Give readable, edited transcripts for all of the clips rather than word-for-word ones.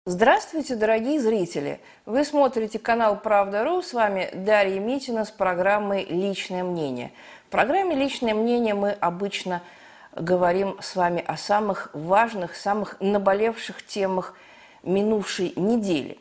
Здравствуйте, дорогие зрители! Вы смотрите канал «Правда.ру», с вами Дарья Митина с программой «Личное мнение». В программе «Личное мнение» мы обычно говорим с вами о самых важных, самых наболевших темах минувшей недели.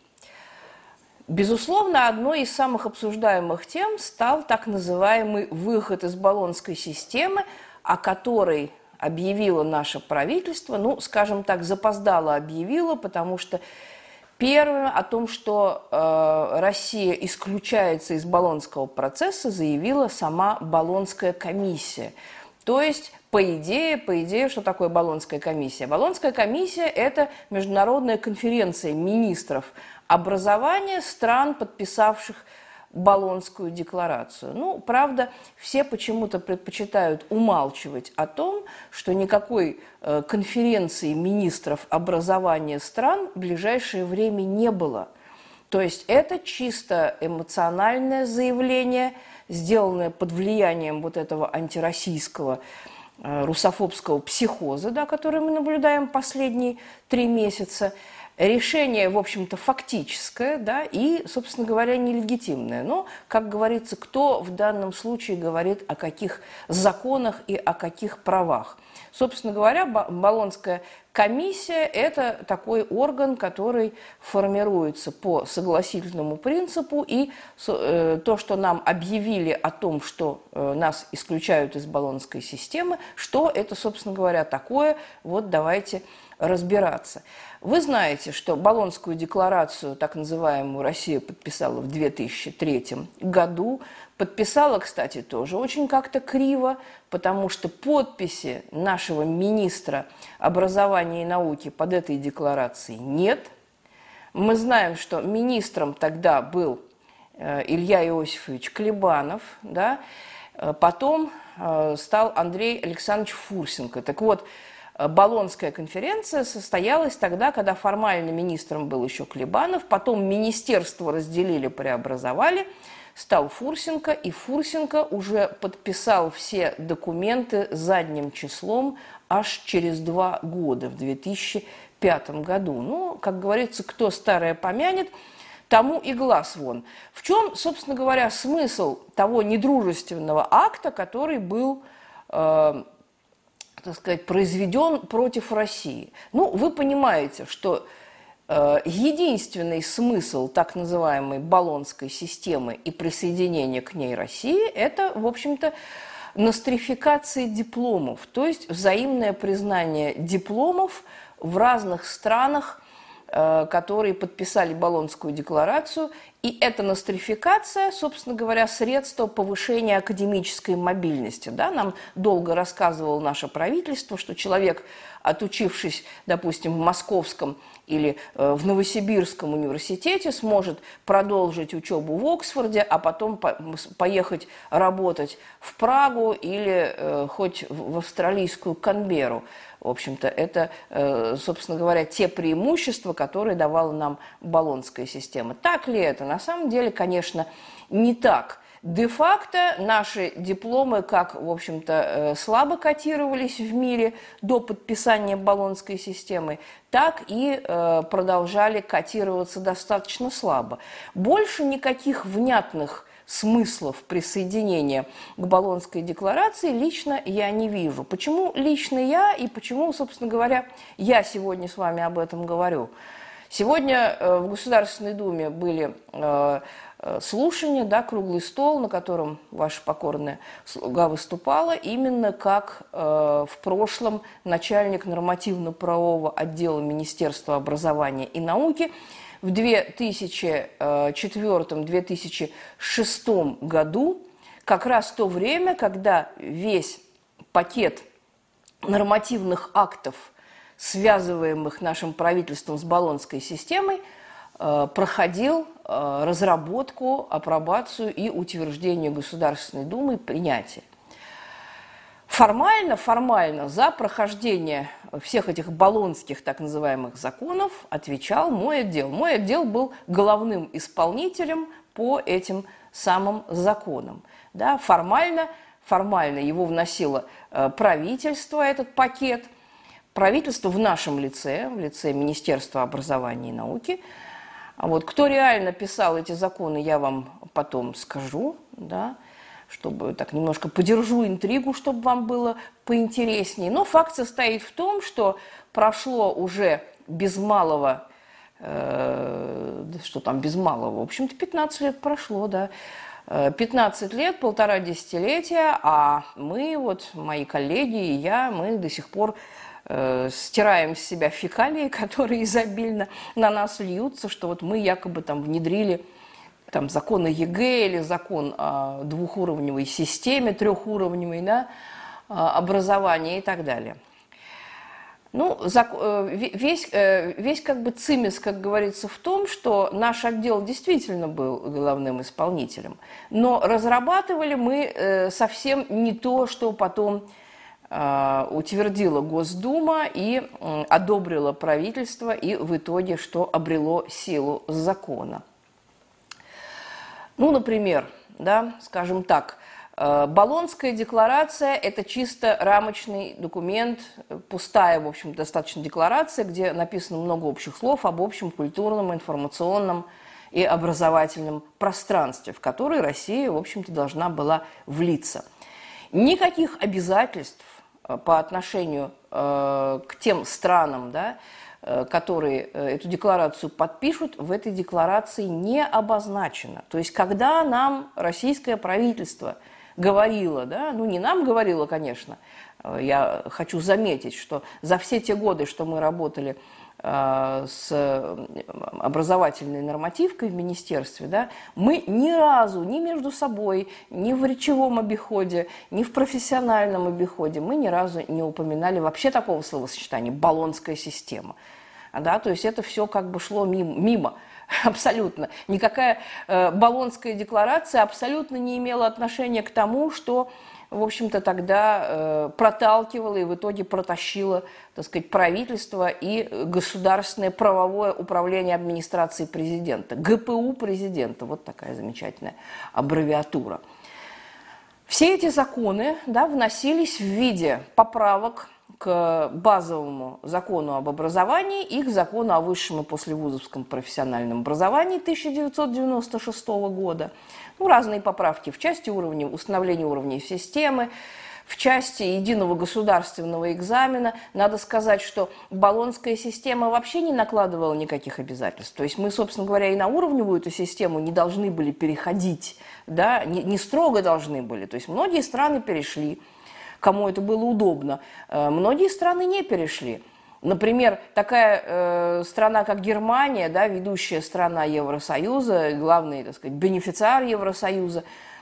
Безусловно, одной из самых обсуждаемых тем стал так называемый выход из Болонской системы, о которой объявило наше правительство, скажем так, запоздало объявило, потому что первое о том, что Россия исключается из Болонского процесса, заявила сама Болонская комиссия. То есть, по идее, что такое Болонская комиссия? Болонская комиссия – это международная конференция министров образования стран, подписавших Болонскую декларацию. Правда, все почему-то предпочитают умалчивать о том, что никакой конференции министров образования стран в ближайшее время не было. То есть это чисто эмоциональное заявление, сделанное под влиянием вот этого антироссийского русофобского психоза, который мы наблюдаем последние 3 месяца. Решение, в общем-то, фактическое, и, собственно говоря, нелегитимное. Но, как говорится, кто в данном случае говорит о каких законах и о каких правах? Собственно говоря, Болонская комиссия – это такой орган, который формируется по согласительному принципу, и то, что нам объявили о том, что нас исключают из Болонской системы, что это, собственно говоря, такое, давайте разбираться. Вы знаете, что Болонскую декларацию, так называемую, Россия подписала в 2003 году. Подписала, кстати, тоже очень как-то криво, потому что подписи нашего министра образования и науки под этой декларацией нет. Мы знаем, что министром тогда был Илья Иосифович Клебанов, потом стал Андрей Александрович Фурсенко. Так вот, Болонская конференция состоялась тогда, когда формально министром был еще Клебанов, потом министерство разделили, преобразовали, стал Фурсенко, и Фурсенко уже подписал все документы задним числом аж через 2 года, в 2005 году. Как говорится, кто старое помянет, тому и глаз вон. В чем, собственно говоря, смысл того недружественного акта, который был произведен против России? Вы понимаете, что единственный смысл так называемой Болонской системы и присоединения к ней России – это, в общем-то, нострификация дипломов, то есть взаимное признание дипломов в разных странах, которые подписали Болонскую декларацию. И эта нострификация, собственно говоря, средство повышения академической мобильности. Нам долго рассказывало наше правительство, что человек, отучившись, допустим, в Московском или в Новосибирском университете, сможет продолжить учебу в Оксфорде, а потом поехать работать в Прагу или хоть в австралийскую Канберру. В общем-то, это, собственно говоря, те преимущества, которые давала нам Болонская система. Так ли это? На самом деле, конечно, не так. Де-факто наши дипломы, как, в общем-то, слабо котировались в мире до подписания Болонской системы, так и продолжали котироваться достаточно слабо. Больше никаких внятных смыслов присоединения к Болонской декларации лично я не вижу. Почему лично я и почему, собственно говоря, я сегодня с вами об этом говорю? Сегодня в Государственной Думе были слушания, круглый стол, на котором ваша покорная слуга выступала, именно как в прошлом начальник нормативно-правового отдела Министерства образования и науки в 2004-2006 году, как раз то время, когда весь пакет нормативных актов, связываемых нашим правительством с Болонской системой, проходил разработку, апробацию и утверждение Государственной Думы и принятие. Формально за прохождение всех этих болонских так называемых законов отвечал мой отдел. Мой отдел был главным исполнителем по этим самым законам. Формально его вносило правительство, этот пакет. правительство в нашем лице, в лице Министерства образования и науки. Вот, кто реально писал эти законы, я вам потом скажу, да, чтобы так немножко подержу интригу, чтобы вам было поинтереснее. Но факт состоит в том, что прошло уже без малого, что там без малого, в общем-то 15 лет прошло, да, 15 лет, полтора десятилетия, а мы, вот мои коллеги и я, мы до сих пор стираем с себя фекалии, которые изобильно на нас льются, что вот мы якобы там внедрили там, закон о ЕГЭ или закон о двухуровневой системе, трехуровневой, да, образования и так далее. Ну, весь как бы цимис, как говорится, в том, что наш отдел действительно был главным исполнителем, но разрабатывали мы совсем не то, что потом утвердила Госдума и одобрила правительство, и в итоге что обрело силу закона. Ну, например, да, скажем так, Болонская декларация – это чисто рамочный документ, пустая, в общем, достаточно декларация, где написано много общих слов об общем культурном, информационном и образовательном пространстве, в которое Россия, в общем-то, должна была влиться. Никаких обязательств по отношению к тем странам, да, которые эту декларацию подпишут, в этой декларации не обозначено. То есть, когда нам российское правительство говорило, да, ну не нам говорило, конечно, я хочу заметить, что за все те годы, что мы работали с образовательной нормативкой в министерстве, да, мы ни разу, ни между собой, ни в речевом обиходе, ни в профессиональном обиходе мы ни разу не упоминали вообще такого словосочетания «болонская система». Да, то есть это все как бы шло мимо абсолютно. Никакая Болонская декларация абсолютно не имела отношения к тому, что, в общем-то, тогда проталкивало и в итоге протащило, так сказать, правительство и государственное правовое управление администрации президента. ГПУ президента. Вот такая замечательная аббревиатура. Все эти законы, да, вносились в виде поправок к базовому закону об образовании и к закону о высшем и послевузовском профессиональном образовании 1996 года. Ну, разные поправки в части установления уровней системы, в части единого государственного экзамена. Надо сказать, что Болонская система вообще не накладывала никаких обязательств. То есть мы, собственно говоря, и на уровневую эту систему не должны были переходить, да, не строго должны были. То есть многие страны перешли, кому это было удобно. Многие страны не перешли. Например, такая страна, как Германия, да, ведущая страна Евросоюза, главный, так сказать, бенефициар Евросоюза,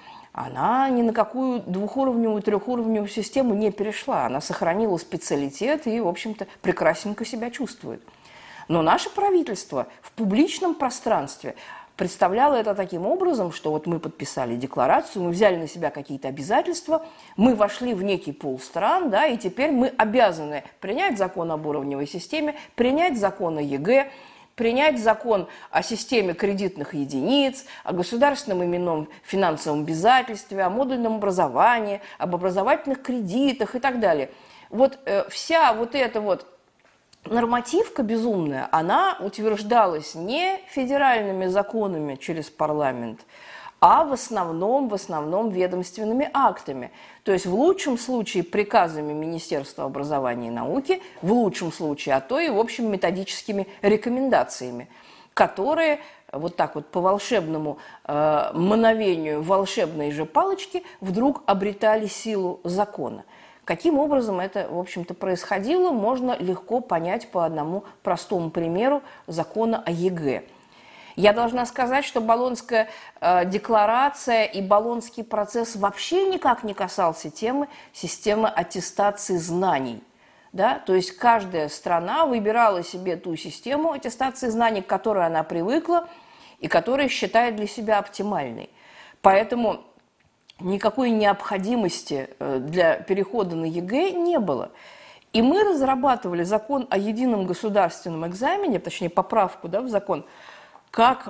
она ни на какую двухуровневую, трехуровневую систему не перешла. Она сохранила специалитет и, в общем-то, прекрасненько себя чувствует. Но наше правительство в публичном пространстве представляло это таким образом, что вот мы подписали декларацию, мы взяли на себя какие-то обязательства, мы вошли в некий пул стран, да, и теперь мы обязаны принять закон об уровневой системе, принять закон о ЕГЭ, принять закон о системе кредитных единиц, о государственном именном финансовом обязательстве, о модульном образовании, об образовательных кредитах и так далее. Вот вся вот эта вот нормативка безумная, она утверждалась не федеральными законами через парламент, а в основном ведомственными актами. То есть в лучшем случае приказами Министерства образования и науки, в лучшем случае, а то и, в общем, методическими рекомендациями, которые вот так вот по волшебному мановению волшебной же палочки вдруг обретали силу закона. Каким образом это, в общем-то, происходило, можно легко понять по одному простому примеру закона о ЕГЭ. Я должна сказать, что Болонская декларация и Болонский процесс вообще никак не касался темы системы аттестации знаний. Да? То есть каждая страна выбирала себе ту систему аттестации знаний, к которой она привыкла и которую считает для себя оптимальной. Поэтому никакой необходимости для перехода на ЕГЭ не было. И мы разрабатывали закон о едином государственном экзамене, точнее поправку, да, в закон, как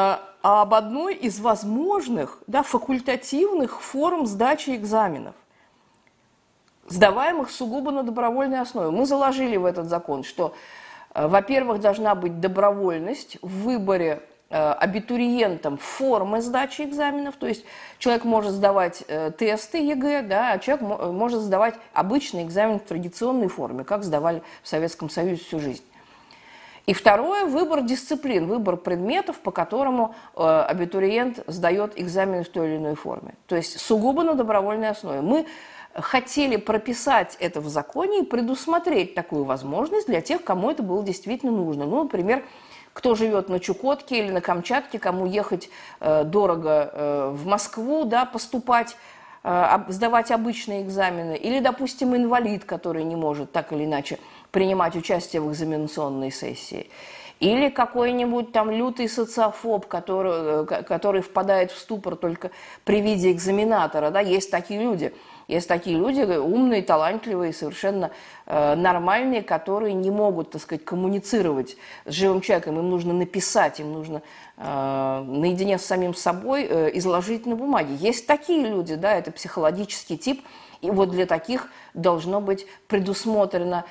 об одной из возможных, да, факультативных форм сдачи экзаменов. сдаваемых сугубо на добровольной основе. Мы заложили в этот закон, что, во-первых, должна быть добровольность в выборе абитуриентам формы сдачи экзаменов, то есть человек может сдавать тесты ЕГЭ, да, а человек может сдавать обычный экзамен в традиционной форме, как сдавали в Советском Союзе всю жизнь. И второе – выбор дисциплин, выбор предметов, по которому абитуриент сдает экзамены в той или иной форме. То есть сугубо на добровольной основе. Мы хотели прописать это в законе и предусмотреть такую возможность для тех, кому это было действительно нужно. Ну, например, кто живет на Чукотке или на Камчатке, кому ехать дорого в Москву, да, поступать, сдавать обычные экзамены, или, допустим, инвалид, который не может так или иначе принимать участие в экзаменационной сессии, или какой-нибудь там лютый социофоб, который впадает в ступор только при виде экзаменатора, да, есть такие люди. Есть такие люди, умные, талантливые, совершенно нормальные, которые не могут, так сказать, коммуницировать с живым человеком. Им нужно написать, им нужно наедине с самим собой изложить на бумаге. Есть такие люди, да, это психологический тип, и вот для таких должна быть предусмотрена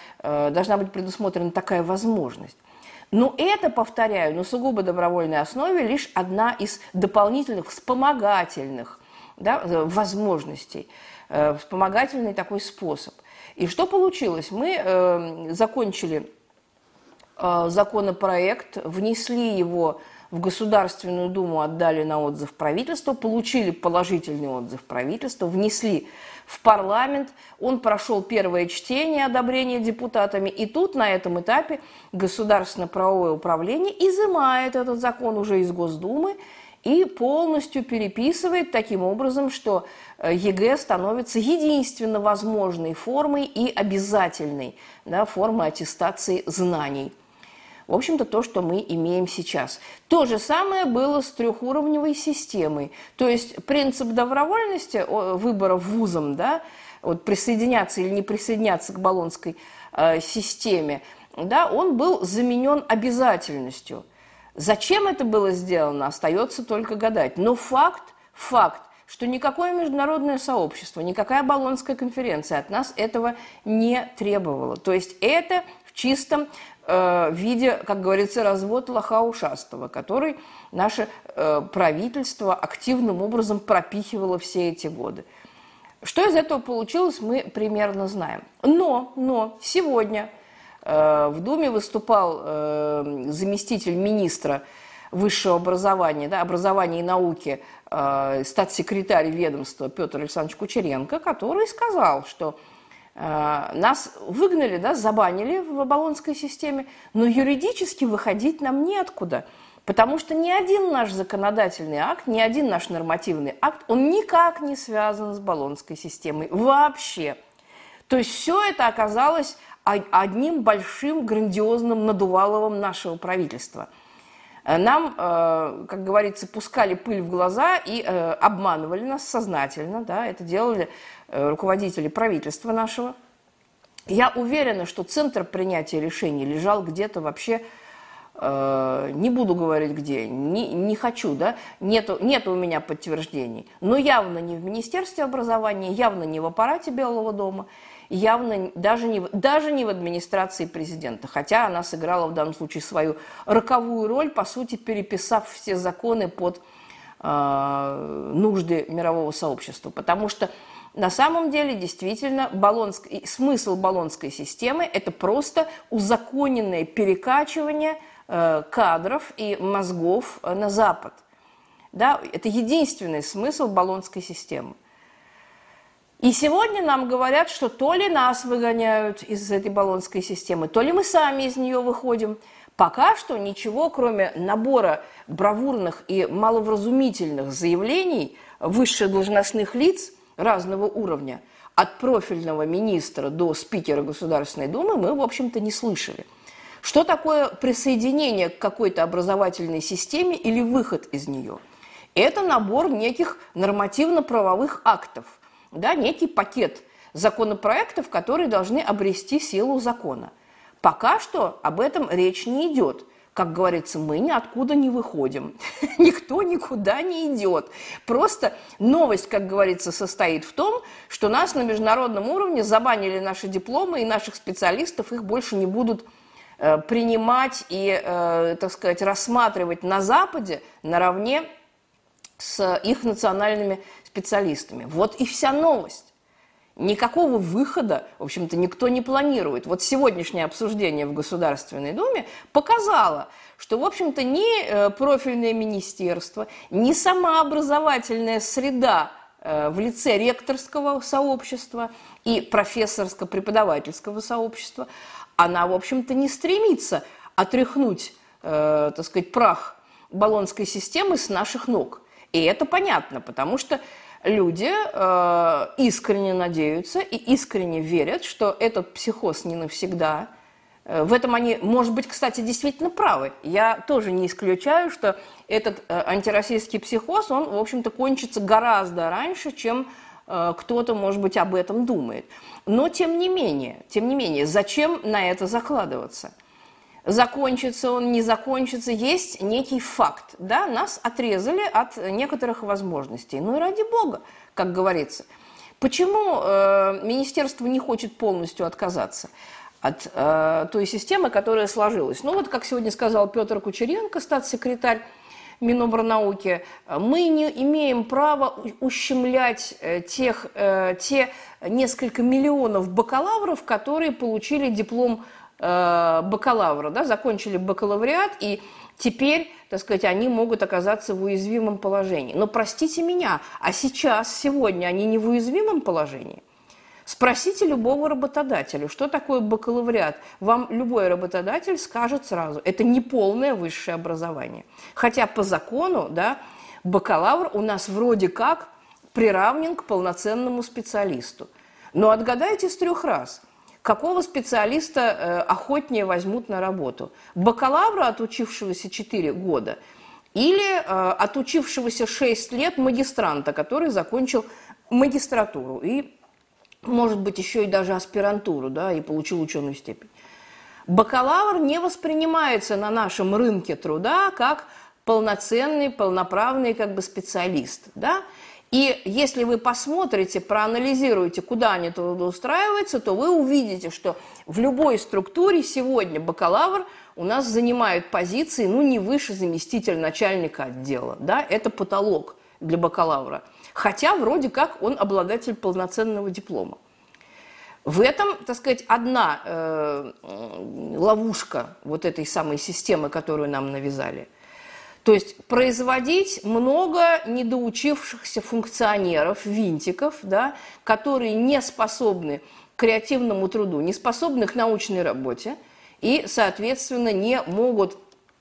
такая возможность. Но это, повторяю, на сугубо добровольной основе лишь одна из дополнительных вспомогательных, да, возможностей. Вспомогательный такой способ. И что получилось? Мы закончили законопроект, внесли его в Государственную Думу, отдали на отзыв правительства, получили положительный отзыв правительства, внесли в парламент, он прошел первое чтение, одобрение депутатами, и тут на этом этапе Государственно-правовое управление изымает этот закон уже из Госдумы и полностью переписывает таким образом, что ЕГЭ становится единственно возможной формой и обязательной, да, формой аттестации знаний. В общем-то, то, что мы имеем сейчас. То же самое было с трехуровневой системой. То есть принцип добровольности выбора вузом, да, вот присоединяться или не присоединяться к Болонской системе, да, он был заменен обязательностью. Зачем это было сделано, остается только гадать. Но факт, что никакое международное сообщество, никакая Болонская конференция от нас этого не требовала. То есть это в чистом виде, как говорится, развод лоха ушастого, который наше правительство активным образом пропихивало все эти годы. Что из этого получилось, мы примерно знаем. Но сегодня в Думе выступал заместитель министра высшего образования, да, образования и науки, статс-секретарь ведомства Петр Александрович Кучеренко, который сказал, что нас выгнали, да, забанили в Болонской системе, но юридически выходить нам неоткуда, потому что ни один наш законодательный акт, ни один наш нормативный акт, он никак не связан с Болонской системой вообще. То есть все это оказалось одним большим грандиозным надуваловым нашего правительства. Нам, как говорится, пускали пыль в глаза и обманывали нас сознательно, да, это делали руководители правительства нашего. Я уверена, что центр принятия решений лежал где-то вообще, не буду говорить где, не хочу, да, нет у меня подтверждений, но явно не в Министерстве образования, явно не в аппарате Белого дома, явно даже не в администрации президента, хотя она сыграла в данном случае свою роковую роль, по сути, переписав все законы под нужды мирового сообщества, потому что на самом деле действительно смысл Болонской системы – это просто узаконенное перекачивание кадров и мозгов на Запад. Да? Это единственный смысл Болонской системы. И сегодня нам говорят, что то ли нас выгоняют из этой Болонской системы, то ли мы сами из нее выходим. Пока что ничего, кроме набора бравурных и маловразумительных заявлений высших должностных лиц разного уровня, от профильного министра до спикера Государственной Думы, мы, в общем-то, не слышали. Что такое присоединение к какой-то образовательной системе или выход из нее? Это набор неких нормативно-правовых актов, да, некий пакет законопроектов, которые должны обрести силу закона. Пока что об этом речь не идет. как говорится, мы ниоткуда не выходим, никто никуда не идет. Просто новость, как говорится, состоит в том, что нас на международном уровне забанили наши дипломы, и наших специалистов их больше не будут принимать и, так сказать, рассматривать на Западе наравне с их национальными специалистами. Вот и вся новость. Никакого выхода, в общем-то, никто не планирует. Вот сегодняшнее обсуждение в Государственной Думе показало, что, в общем-то, ни профильное министерство, ни сама образовательная среда в лице ректорского сообщества и профессорско-преподавательского сообщества, она, в общем-то, не стремится отряхнуть, так сказать, прах Болонской системы с наших ног. И это понятно, потому что люди искренне надеются и искренне верят, что этот психоз не навсегда. В этом они, может быть, кстати, действительно правы. Я тоже не исключаю, что этот антироссийский психоз, он, в общем-то, кончится гораздо раньше, чем кто-то, может быть, об этом думает. Но, тем не менее, зачем на это закладываться? Закончится он, не закончится, есть некий факт. Да? Нас отрезали от некоторых возможностей. Ну и ради бога, как говорится. Почему министерство не хочет полностью отказаться от той системы, которая сложилась? Ну вот, как сегодня сказал Петр Кучеренко, статс-секретарь Минобрнауки, мы не имеем права ущемлять те несколько миллионов бакалавров, которые получили диплом бакалавра, да, закончили бакалавриат, и теперь, так сказать, они могут оказаться в уязвимом положении. Но простите меня, а сейчас, сегодня они не в уязвимом положении? Спросите любого работодателя, что такое бакалавриат. Вам любой работодатель скажет сразу, это не полное высшее образование. Хотя по закону, да, бакалавр у нас вроде как приравнен к полноценному специалисту. Но отгадайте с 3 раз. Какого специалиста охотнее возьмут на работу? Бакалавра, отучившегося 4 года, или отучившегося 6 лет магистранта, который закончил магистратуру и, может быть, еще и даже аспирантуру, да, и получил ученую степень. Бакалавр не воспринимается на нашем рынке труда как полноценный, полноправный как бы специалист, да. И если вы посмотрите, проанализируете, куда они трудоустраиваются, то вы увидите, что в любой структуре сегодня бакалавр у нас занимает позиции, ну, не выше заместителя начальника отдела. Да? Это потолок для бакалавра. Хотя вроде как он обладатель полноценного диплома. В этом, так сказать, одна ловушка вот этой самой системы, которую нам навязали. То есть производить много недоучившихся функционеров, винтиков, да, которые не способны к креативному труду, не способны к научной работе и, соответственно, не могут,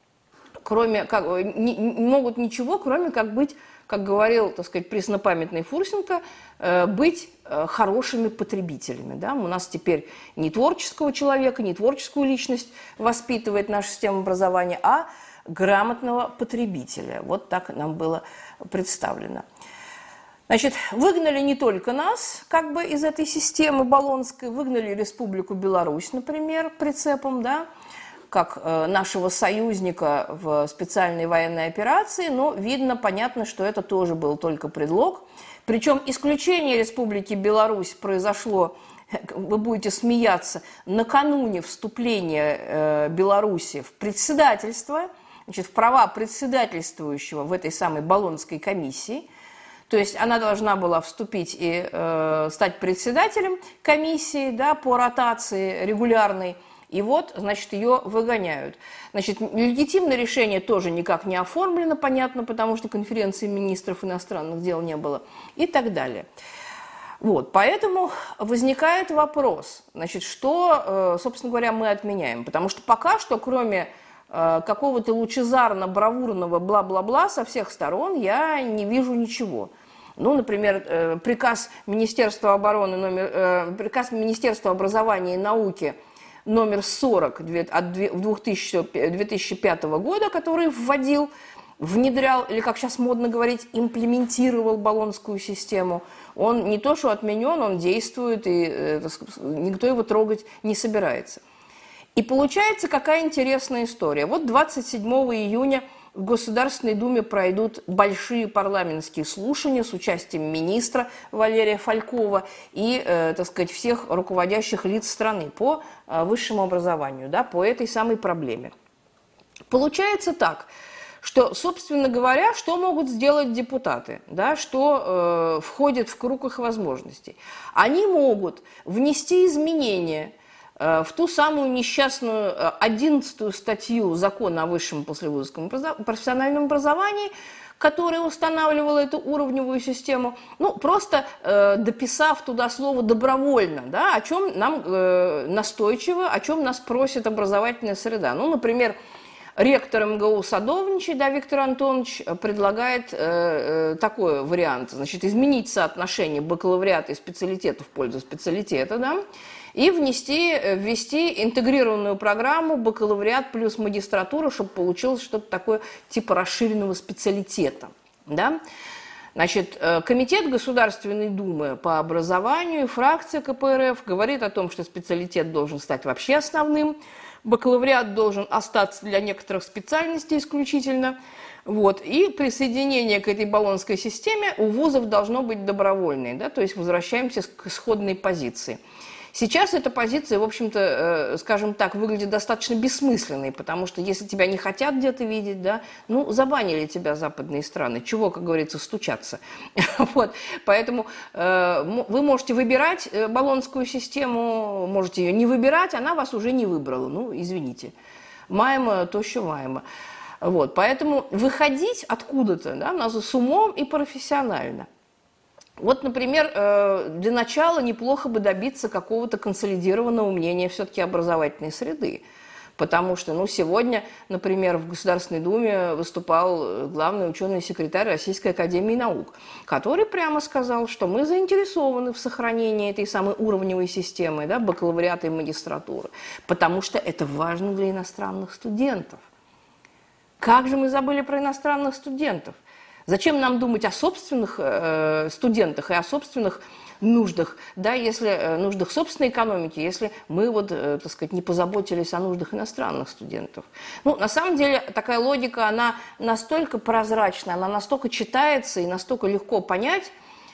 могут ничего, кроме как быть, как говорил, так сказать, преснопамятный Фурсенко, быть хорошими потребителями. Да? У нас теперь не творческого человека, не творческую личность воспитывает наша система образования, а грамотного потребителя. Вот так нам было представлено. Значит, выгнали не только нас, как бы из этой системы болонской, выгнали Республику Беларусь, например, прицепом, да, как нашего союзника в специальной военной операции, но видно, понятно, что это тоже был только предлог. Причем исключение Республики Беларусь произошло, вы будете смеяться, накануне вступления Беларуси в председательство, значит, в права председательствующего в этой самой Болонской комиссии. То есть она должна была вступить и стать председателем комиссии, да, по ротации регулярной. И вот, значит, ее выгоняют. Значит, легитимное решение тоже никак не оформлено, понятно, потому что конференции министров иностранных дел не было и так далее. Вот, поэтому возникает вопрос, значит, что, собственно говоря, мы отменяем. Потому что пока что, кроме какого-то лучезарно-бравурного бла-бла-бла со всех сторон, я не вижу ничего. Ну, например, приказ Министерства обороны, приказ Министерства образования и науки номер 40 от 2005 года, который внедрял, или, как сейчас модно говорить, имплементировал болонскую систему, он не то что отменен, он действует, и никто его трогать не собирается. И получается, какая интересная история. Вот 27 июня в Государственной Думе пройдут большие парламентские слушания с участием министра Валерия Фалькова и, так сказать, всех руководящих лиц страны по высшему образованию, да, по этой самой проблеме. Получается так, что, собственно говоря, что могут сделать депутаты, да, что входит в круг их возможностей. Они могут внести изменения в ту самую несчастную 11-ю статью Закона о высшем послевузовском профессиональном образовании, которая устанавливала эту уровневую систему, ну, просто дописав туда слово «добровольно», да, о чем нам настойчиво, о чем нас просит образовательная среда. Ну, например, ректор МГУ Садовничий, да, Виктор Антонович, предлагает такой вариант, значит, изменить соотношение бакалавриата и специалитета в пользу специалитета, да, и ввести интегрированную программу бакалавриат плюс магистратура, чтобы получилось что-то такое типа расширенного специалитета, да. Значит, Комитет Государственной Думы по образованию, фракция КПРФ говорит о том, что специалитет должен стать вообще основным, бакалавриат должен остаться для некоторых специальностей исключительно. Вот. И присоединение к этой болонской системе у вузов должно быть добровольное. Да? То есть возвращаемся к исходной позиции. Сейчас эта позиция, в общем-то, скажем так, выглядит достаточно бессмысленной, потому что если тебя не хотят где-то видеть, да, ну, забанили тебя западные страны, чего, как говорится, стучаться. Вот. Поэтому вы можете выбирать болонскую систему, можете ее не выбирать, она вас уже не выбрала, ну, извините. Маемо, то, что маемо. Вот. Поэтому выходить откуда-то, да, надо с умом и профессионально. Вот, например, для начала неплохо бы добиться какого-то консолидированного мнения все-таки образовательной среды. Потому что, ну, сегодня, например, в Государственной Думе выступал главный ученый секретарь Российской академии наук, который прямо сказал, что мы заинтересованы в сохранении этой самой уровневой системы, да, бакалавриата и магистратуры, потому что это важно для иностранных студентов. Как же мы забыли про иностранных студентов? Зачем нам думать о собственных студентах и о собственных нуждах, да, если нуждах собственной экономики, если мы вот, так сказать, не позаботились о нуждах иностранных студентов? Ну, на самом деле, такая логика, она настолько прозрачна, она настолько читается и настолько легко понять,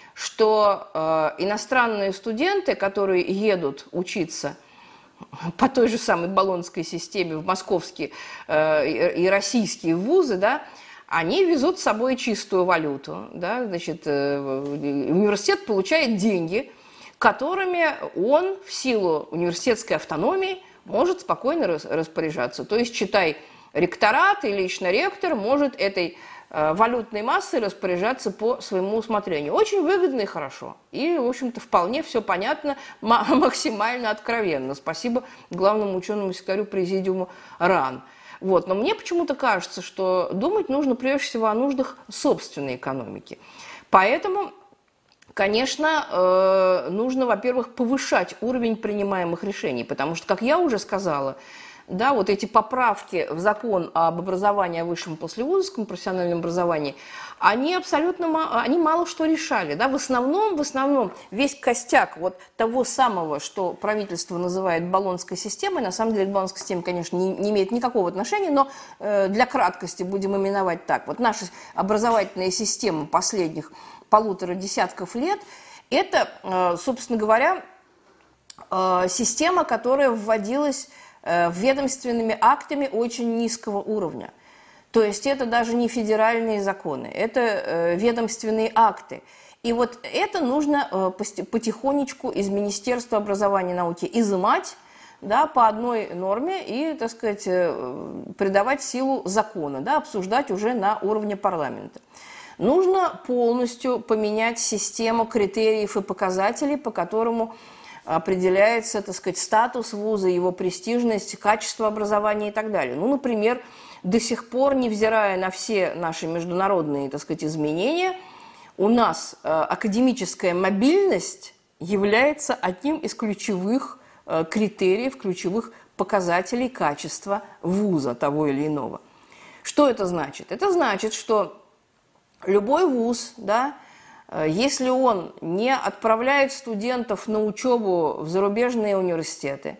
что иностранные студенты, которые едут учиться по той же самой болонской системе в московские и российские вузы, да, они везут с собой чистую валюту, да, значит, университет получает деньги, которыми он в силу университетской автономии может спокойно распоряжаться. То есть, читай, ректорат и лично ректор может этой валютной массой распоряжаться по своему усмотрению. Очень выгодно и хорошо. И, в общем-то, вполне все понятно, максимально откровенно. Спасибо главному ученому секретарю президиума РАН. Вот. Но мне почему-то кажется, что думать нужно прежде всего о нуждах собственной экономики. Поэтому, конечно, нужно, во-первых, повышать уровень принимаемых решений, потому что, как я уже сказала, да, вот эти поправки в закон об образовании, о высшем послевузовском профессиональном образовании, они абсолютно они мало что решали. Да? В основном весь костяк вот того самого, что правительство называет болонской системой, на самом деле к болонской системе, конечно, не имеет никакого отношения, но для краткости будем именовать так. Вот наша образовательная система последних 1,5 десятков лет – это, собственно говоря, система, которая вводилась ведомственными актами очень низкого уровня. То есть это даже не федеральные законы, это ведомственные акты. И вот это нужно потихонечку из Министерства образования и науки изымать, да, по одной норме и, так сказать, придавать силу закона, да, обсуждать уже на уровне парламента. Нужно полностью поменять систему критериев и показателей, по которому определяется, так сказать, статус вуза, его престижность, качество образования и так далее. Ну, например, до сих пор, невзирая на все наши международные, так сказать, изменения, у нас академическая мобильность является одним из ключевых критериев, ключевых показателей качества вуза того или иного. Что это значит? Это значит, что любой вуз, да, если он не отправляет студентов на учебу в зарубежные университеты,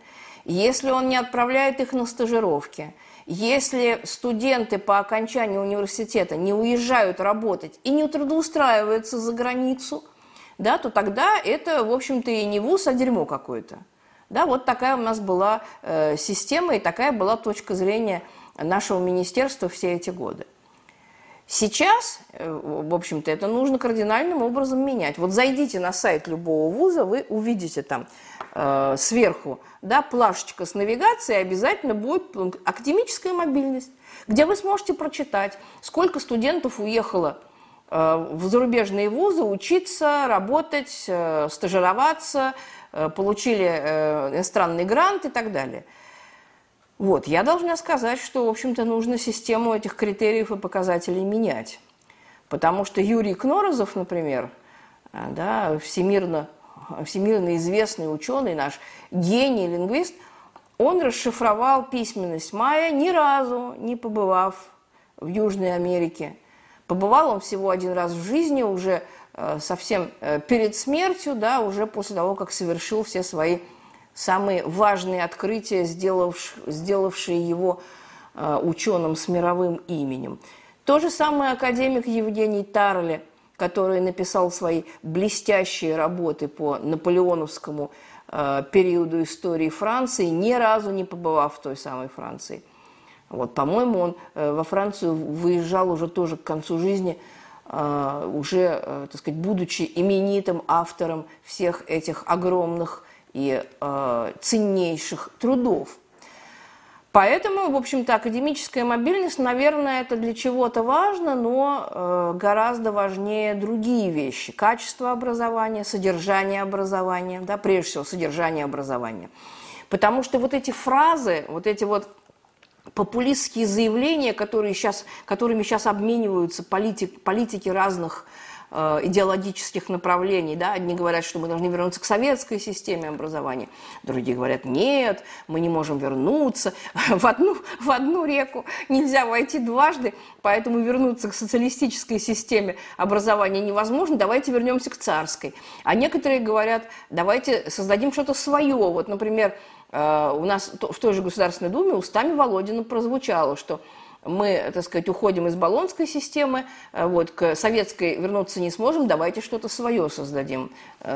если он не отправляет их на стажировки, если студенты по окончании университета не уезжают работать и не трудоустраиваются за границу, да, то тогда это, в общем-то, и не вуз, а дерьмо какое-то. Да, вот такая у нас была система и такая была точка зрения нашего министерства все эти годы. Сейчас, в общем-то, это нужно кардинальным образом менять. Вот зайдите на сайт любого вуза, вы увидите там сверху, да, плашечка с навигацией, обязательно будет академическая мобильность, где вы сможете прочитать, сколько студентов уехало в зарубежные вузы учиться, работать, стажироваться, получили иностранный грант и так далее. Вот, я должна сказать, что, в общем-то, нужно систему этих критериев и показателей менять. Потому что Юрий Кнорозов, например, да, всемирно известный ученый, наш гений, лингвист, он расшифровал письменность майя, ни разу не побывав в Южной Америке. Побывал он всего один раз в жизни, уже совсем перед смертью, да, уже после того, как совершил все свои самые важные открытия, сделавшие его ученым с мировым именем. То же самое академик Евгений Тарле, который написал свои блестящие работы по наполеоновскому периоду истории Франции, ни разу не побывав в той самой Франции. Вот, по-моему, он во Францию выезжал уже тоже к концу жизни, уже, так сказать, будучи именитым автором всех этих огромных и ценнейших трудов. Поэтому, в общем-то, академическая мобильность, наверное, это для чего-то важно, но гораздо важнее другие вещи. Качество образования, содержание образования, да, прежде всего, содержание образования. Потому что вот эти фразы, вот эти вот популистские заявления, которыми сейчас обмениваются политики разных идеологических направлений. Да? Одни говорят, что мы должны вернуться к советской системе образования, другие говорят, нет, мы не можем вернуться. В одну реку нельзя войти дважды, поэтому вернуться к социалистической системе образования невозможно, давайте вернемся к царской. А некоторые говорят, давайте создадим что-то свое. Вот, например, у нас в той же Государственной Думе устами Володина прозвучало, что мы, так сказать, уходим из болонской системы, вот, к советской вернуться не сможем, давайте что-то свое создадим.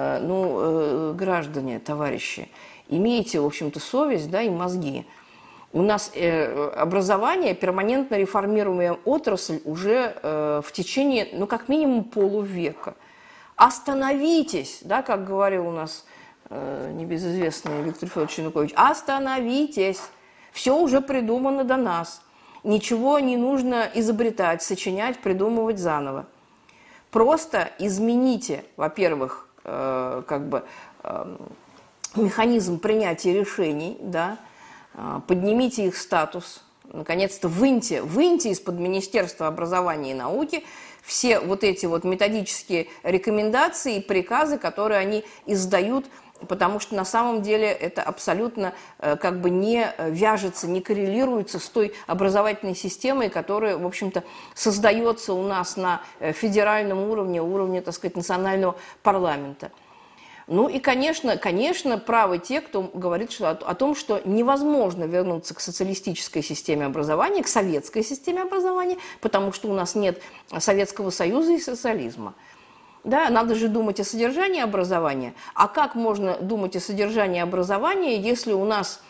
Граждане, товарищи, имейте, в общем-то, совесть, да, и мозги. У нас образование, перманентно реформируемая отрасль уже в течение, как минимум полувека. Остановитесь, да, как говорил у нас небезызвестный Виктор Федорович Янукович, остановитесь, все уже придумано до нас. Ничего не нужно изобретать, сочинять, придумывать заново. Просто измените, во-первых, механизм принятия решений, да, поднимите их статус, наконец-то выньте из-под Министерства образования и науки все вот эти вот методические рекомендации и приказы, которые они издают, потому что на самом деле это абсолютно не вяжется, не коррелируется с той образовательной системой, которая, в общем-то, создается у нас на федеральном уровне, так сказать, национального парламента. Ну и, конечно, правы те, кто говорит о том, что невозможно вернуться к социалистической системе образования, к советской системе образования, потому что у нас нет Советского Союза и социализма. Да, надо же думать о содержании образования. А как можно думать о содержании образования, если у нас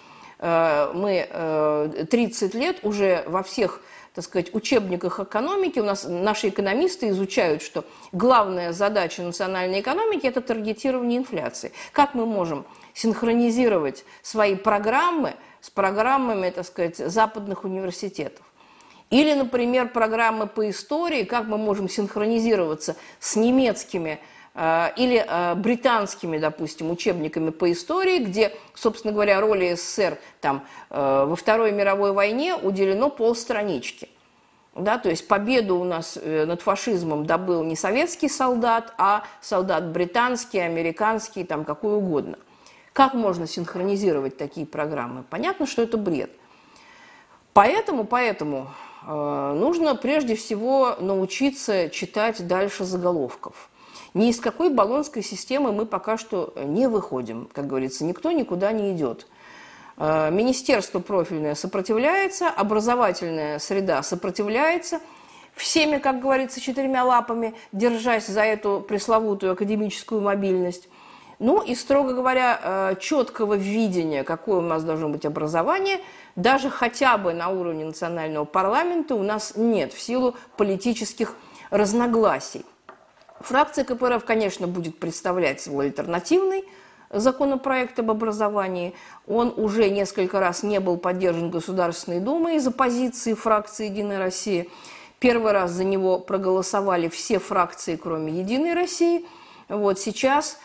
мы 30 лет уже во всех, так сказать, учебниках экономики, у нас наши экономисты изучают, что главная задача национальной экономики – это таргетирование инфляции. Как мы можем синхронизировать свои программы с программами, так сказать, западных университетов? Или, например, программы по истории, как мы можем синхронизироваться с немецкими или британскими, допустим, учебниками по истории, где, собственно говоря, роли СССР там, во Второй мировой войне уделено полстранички. Да, то есть победу у нас над фашизмом добыл не советский солдат, а солдат британский, американский, там, какой угодно. Как можно синхронизировать такие программы? Понятно, что это бред. Поэтому нужно прежде всего научиться читать дальше заголовков. Ни из какой болонской системы мы пока что не выходим, как говорится, никто никуда не идет. Министерство профильное сопротивляется, образовательная среда сопротивляется, всеми, как говорится, четырьмя лапами, держась за эту пресловутую академическую мобильность. Ну и, строго говоря, четкого видения, какое у нас должно быть образование, даже хотя бы на уровне национального парламента у нас нет в силу политических разногласий. Фракция КПРФ, конечно, будет представлять свой альтернативный законопроект об образовании. Он уже несколько раз не был поддержан Государственной Думой из-за позиции фракции «Единая Россия». Первый раз за него проголосовали все фракции, кроме «Единой России». Вот сейчас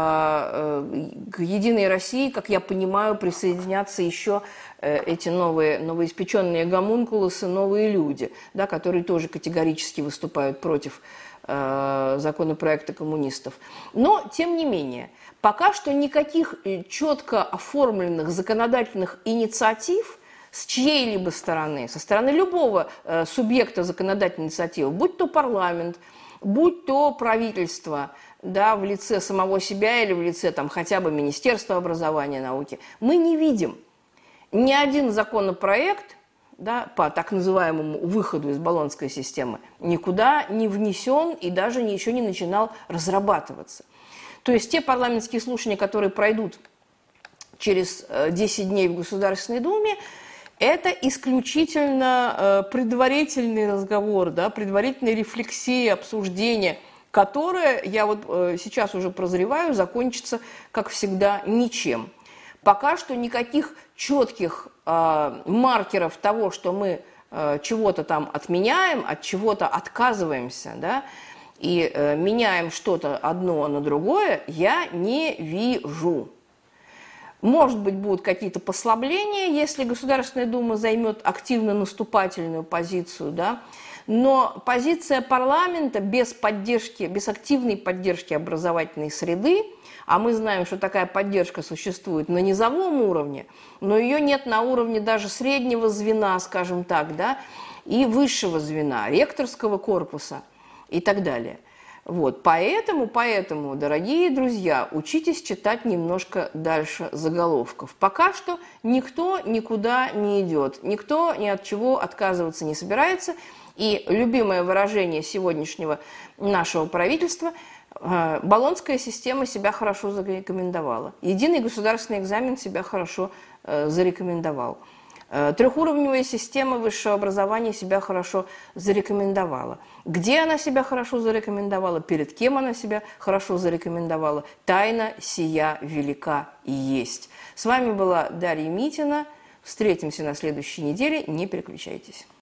к «Единой России», как я понимаю, присоединятся еще эти новоиспеченные гомункулусы, новые люди, да, которые тоже категорически выступают против законопроекта коммунистов. Но, тем не менее, пока что никаких четко оформленных законодательных инициатив с чьей-либо стороны, со стороны любого субъекта законодательной инициативы, будь то парламент, будь то правительство, да, в лице самого себя или в лице там, хотя бы Министерства образования и науки, мы не видим. Ни один законопроект, да, по так называемому выходу из Болонской системы никуда не внесен и даже еще не начинал разрабатываться. То есть те парламентские слушания, которые пройдут через 10 дней в Государственной Думе, это исключительно предварительный разговор, да, предварительная рефлексия, обсуждение, которое, я вот сейчас уже прозреваю, закончится, как всегда, ничем. Пока что никаких четких маркеров того, что мы чего-то там отменяем, от чего-то отказываемся, да, и меняем что-то одно на другое, я не вижу. Может быть, будут какие-то послабления, если Государственная Дума займет активно наступательную позицию, да? Но позиция парламента без поддержки, без активной поддержки образовательной среды, а мы знаем, что такая поддержка существует на низовом уровне, но ее нет на уровне даже среднего звена, скажем так, да, и высшего звена, ректорского корпуса и так далее. Вот, поэтому, дорогие друзья, учитесь читать немножко дальше заголовков. Пока что никто никуда не идет, никто ни от чего отказываться не собирается. И любимое выражение сегодняшнего нашего правительства – Болонская система себя хорошо зарекомендовала. Единый государственный экзамен себя хорошо зарекомендовал. Трехуровневая система высшего образования себя хорошо зарекомендовала. Где она себя хорошо зарекомендовала, перед кем она себя хорошо зарекомендовала, тайна сия велика и есть. С вами была Дарья Митина. Встретимся на следующей неделе. Не переключайтесь.